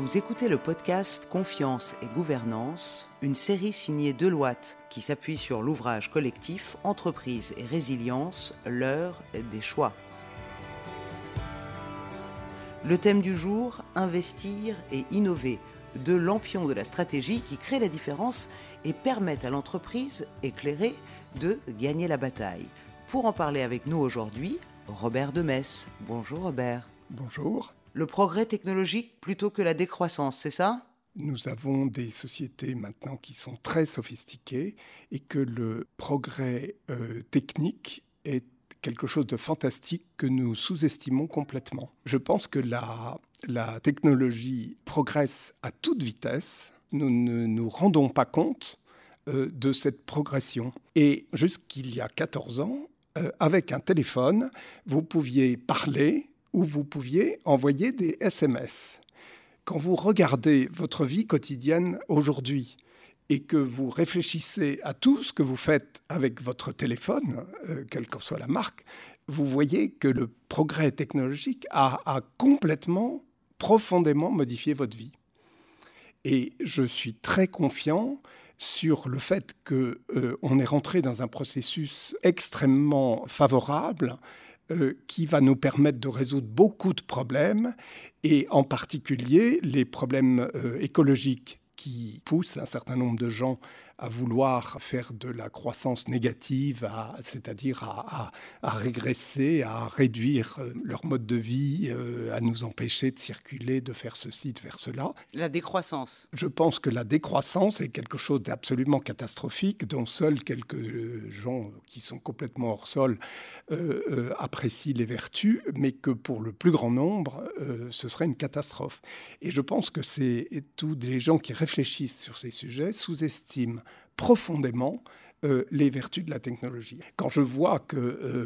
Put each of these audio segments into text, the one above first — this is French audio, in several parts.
Vous écoutez le podcast Confiance et Gouvernance, une série signée Deloitte qui s'appuie sur l'ouvrage collectif Entreprise et résilience, l'heure des choix. Le thème du jour, investir et innover, deux lampions de la stratégie qui créent la différence et permettent à l'entreprise éclairée de gagner la bataille. Pour en parler avec nous aujourd'hui, Robert Demesse. Bonjour Robert. Bonjour. Le progrès technologique plutôt que la décroissance, c'est ça ? Nous avons des sociétés maintenant qui sont très sophistiquées et que le progrès technique est quelque chose de fantastique que nous sous-estimons complètement. Je pense que la technologie progresse à toute vitesse. Nous ne nous rendons pas compte de cette progression. Et jusqu'il y a 14 ans, avec un téléphone, vous pouviez parler ou vous pouviez envoyer des SMS. Quand vous regardez votre vie quotidienne aujourd'hui et que vous réfléchissez à tout ce que vous faites avec votre téléphone, quelle que soit la marque, vous voyez que le progrès technologique a complètement, profondément modifié votre vie. Et je suis très confiant sur le fait qu'on est rentré dans un processus extrêmement favorable qui va nous permettre de résoudre beaucoup de problèmes, et en particulier les problèmes écologiques qui poussent un certain nombre de gens à vouloir faire de la croissance négative, c'est-à-dire à régresser, à réduire leur mode de vie, à nous empêcher de circuler, de faire ceci, de faire cela. La décroissance. Je pense que la décroissance est quelque chose d'absolument catastrophique, dont seuls quelques gens qui sont complètement hors sol apprécient les vertus, mais que pour le plus grand nombre, ce serait une catastrophe. Et je pense que tous les gens qui réfléchissent sur ces sujets sous-estiment profondément les vertus de la technologie. Quand je vois que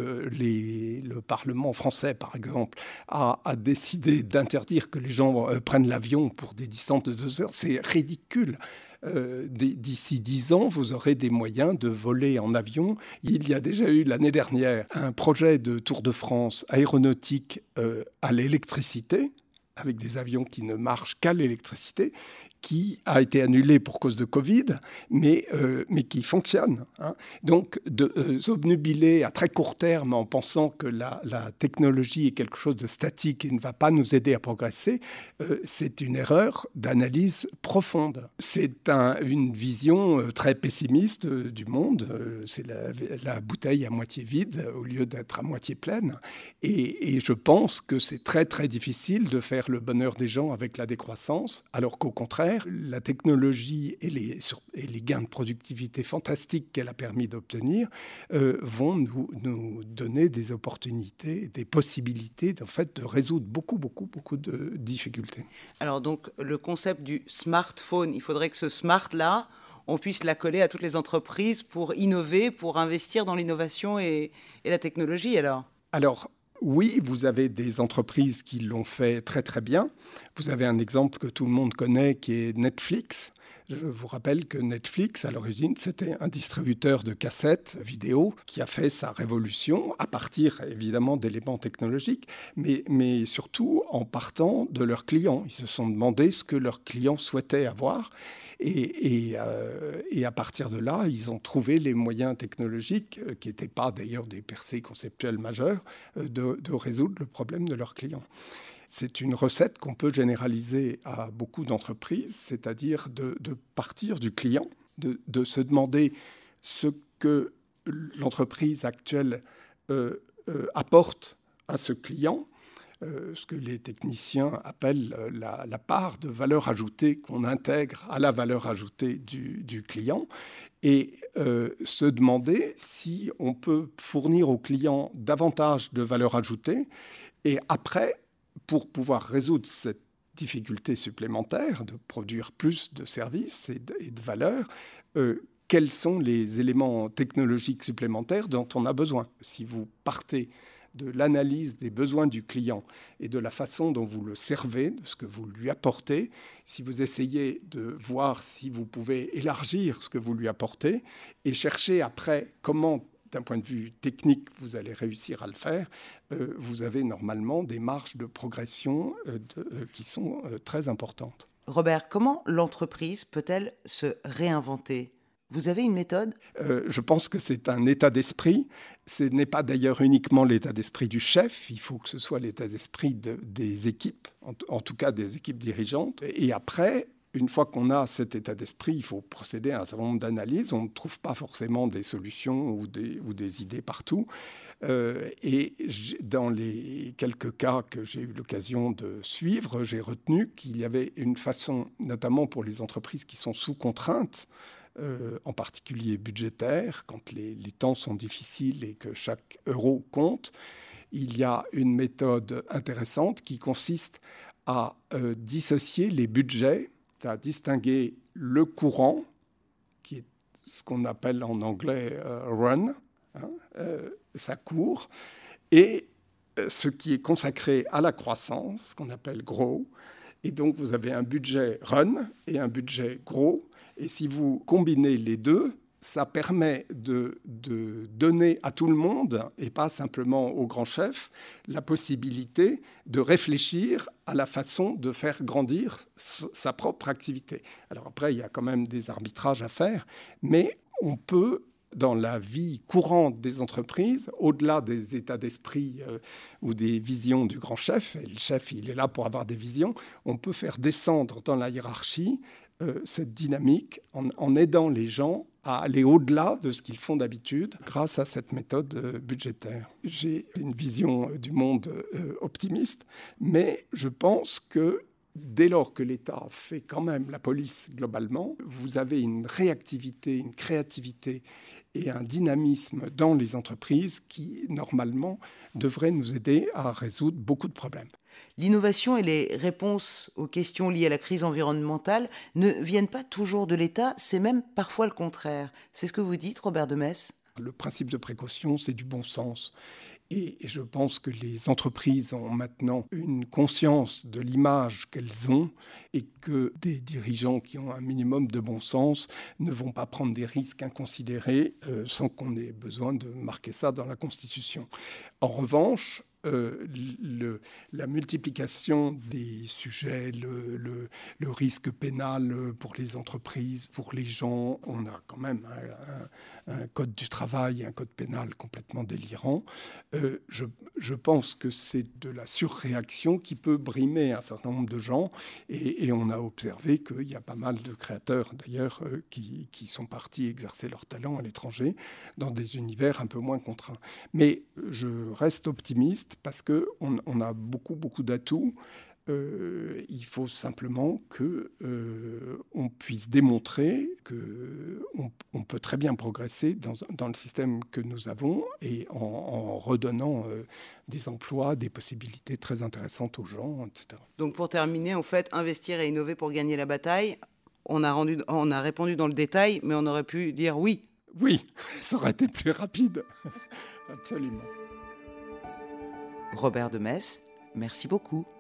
le Parlement français, par exemple, a décidé d'interdire que les gens prennent l'avion pour des distances de 2 heures, c'est ridicule. D'ici 10 ans, vous aurez des moyens de voler en avion. Il y a déjà eu l'année dernière un projet de Tour de France aéronautique à l'électricité, avec des avions qui ne marchent qu'à l'électricité, qui a été annulé pour cause de Covid, mais qui fonctionne. Donc, s'obnubiler à très court terme en pensant que la technologie est quelque chose de statique et ne va pas nous aider à progresser, c'est une erreur d'analyse profonde. C'est une vision très pessimiste du monde. C'est la bouteille à moitié vide au lieu d'être à moitié pleine. Et je pense que c'est très, très difficile de faire le bonheur des gens avec la décroissance, alors qu'au contraire, la technologie et les gains de productivité fantastiques qu'elle a permis d'obtenir vont nous donner des opportunités, des possibilités en fait, de résoudre beaucoup de difficultés. Alors donc, le concept du smartphone, il faudrait que ce smart-là, on puisse l'accoler à toutes les entreprises pour innover, pour investir dans l'innovation et la technologie Alors, oui, vous avez des entreprises qui l'ont fait très très bien. Vous avez un exemple que tout le monde connaît qui est Netflix. Je vous rappelle que Netflix, à l'origine, c'était un distributeur de cassettes vidéo qui a fait sa révolution à partir, évidemment, d'éléments technologiques, mais surtout en partant de leurs clients. Ils se sont demandé ce que leurs clients souhaitaient avoir. Et à partir de là, ils ont trouvé les moyens technologiques, qui n'étaient pas d'ailleurs des percées conceptuelles majeures, de résoudre le problème de leurs clients. C'est une recette qu'on peut généraliser à beaucoup d'entreprises, c'est-à-dire de partir du client, de se demander ce que l'entreprise actuelle apporte à ce client, ce que les techniciens appellent la part de valeur ajoutée qu'on intègre à la valeur ajoutée du client, et se demander si on peut fournir au client davantage de valeur ajoutée, et après, pour pouvoir résoudre cette difficulté supplémentaire de produire plus de services et de valeur, quels sont les éléments technologiques supplémentaires dont on a besoin. Si vous partez de l'analyse des besoins du client et de la façon dont vous le servez, de ce que vous lui apportez, si vous essayez de voir si vous pouvez élargir ce que vous lui apportez et chercher après comment, d'un point de vue technique, vous allez réussir à le faire, vous avez normalement des marges de progression qui sont très importantes. Robert, comment l'entreprise peut-elle se réinventer ? Vous avez une méthode ? Je pense que c'est un état d'esprit. Ce n'est pas d'ailleurs uniquement l'état d'esprit du chef. Il faut que ce soit l'état d'esprit des équipes, en tout cas des équipes dirigeantes. Et après, une fois qu'on a cet état d'esprit, il faut procéder à un certain nombre d'analyses. On ne trouve pas forcément des solutions ou des idées partout. Et dans les quelques cas que j'ai eu l'occasion de suivre, j'ai retenu qu'il y avait une façon, notamment pour les entreprises qui sont sous contrainte, en particulier budgétaire, quand les temps sont difficiles et que chaque euro compte, il y a une méthode intéressante qui consiste à dissocier les budgets, à distinguer le courant, qui est ce qu'on appelle en anglais run, ça court, et ce qui est consacré à la croissance, qu'on appelle grow. Et donc, vous avez un budget run et un budget grow. Et si vous combinez les deux, ça permet de donner à tout le monde, et pas simplement au grand chef, la possibilité de réfléchir à la façon de faire grandir sa propre activité. Alors après, il y a quand même des arbitrages à faire, mais on peut, dans la vie courante des entreprises, au-delà des états d'esprit ou des visions du grand chef, et le chef, il est là pour avoir des visions, on peut faire descendre dans la hiérarchie cette dynamique en aidant les gens à aller au-delà de ce qu'ils font d'habitude grâce à cette méthode budgétaire. J'ai une vision du monde optimiste, mais je pense que dès lors que l'État fait quand même la police globalement, vous avez une réactivité, une créativité et un dynamisme dans les entreprises qui, normalement, devraient nous aider à résoudre beaucoup de problèmes. L'innovation et les réponses aux questions liées à la crise environnementale ne viennent pas toujours de l'État, c'est même parfois le contraire. C'est ce que vous dites, Robert de Metz ? Le principe de précaution, c'est du bon sens. Et je pense que les entreprises ont maintenant une conscience de l'image qu'elles ont et que des dirigeants qui ont un minimum de bon sens ne vont pas prendre des risques inconsidérés sans qu'on ait besoin de marquer ça dans la Constitution. En revanche, la multiplication des sujets, le risque pénal pour les entreprises, pour les gens, on a quand même un code du travail et un code pénal complètement délirant. Je pense que c'est de la surréaction qui peut brimer un certain nombre de gens et on a observé qu'il y a pas mal de créateurs d'ailleurs qui sont partis exercer leur talent à l'étranger dans des univers un peu moins contraints. Mais je reste optimiste parce qu'on a beaucoup d'atouts. Il faut simplement qu'on puisse démontrer qu'on peut très bien progresser dans le système que nous avons et en redonnant des emplois, des possibilités très intéressantes aux gens, etc. Donc pour terminer, en fait, investir et innover pour gagner la bataille, on a répondu dans le détail, mais on aurait pu dire oui. Oui, ça aurait été plus rapide. Absolument. Robert de Metz, merci beaucoup.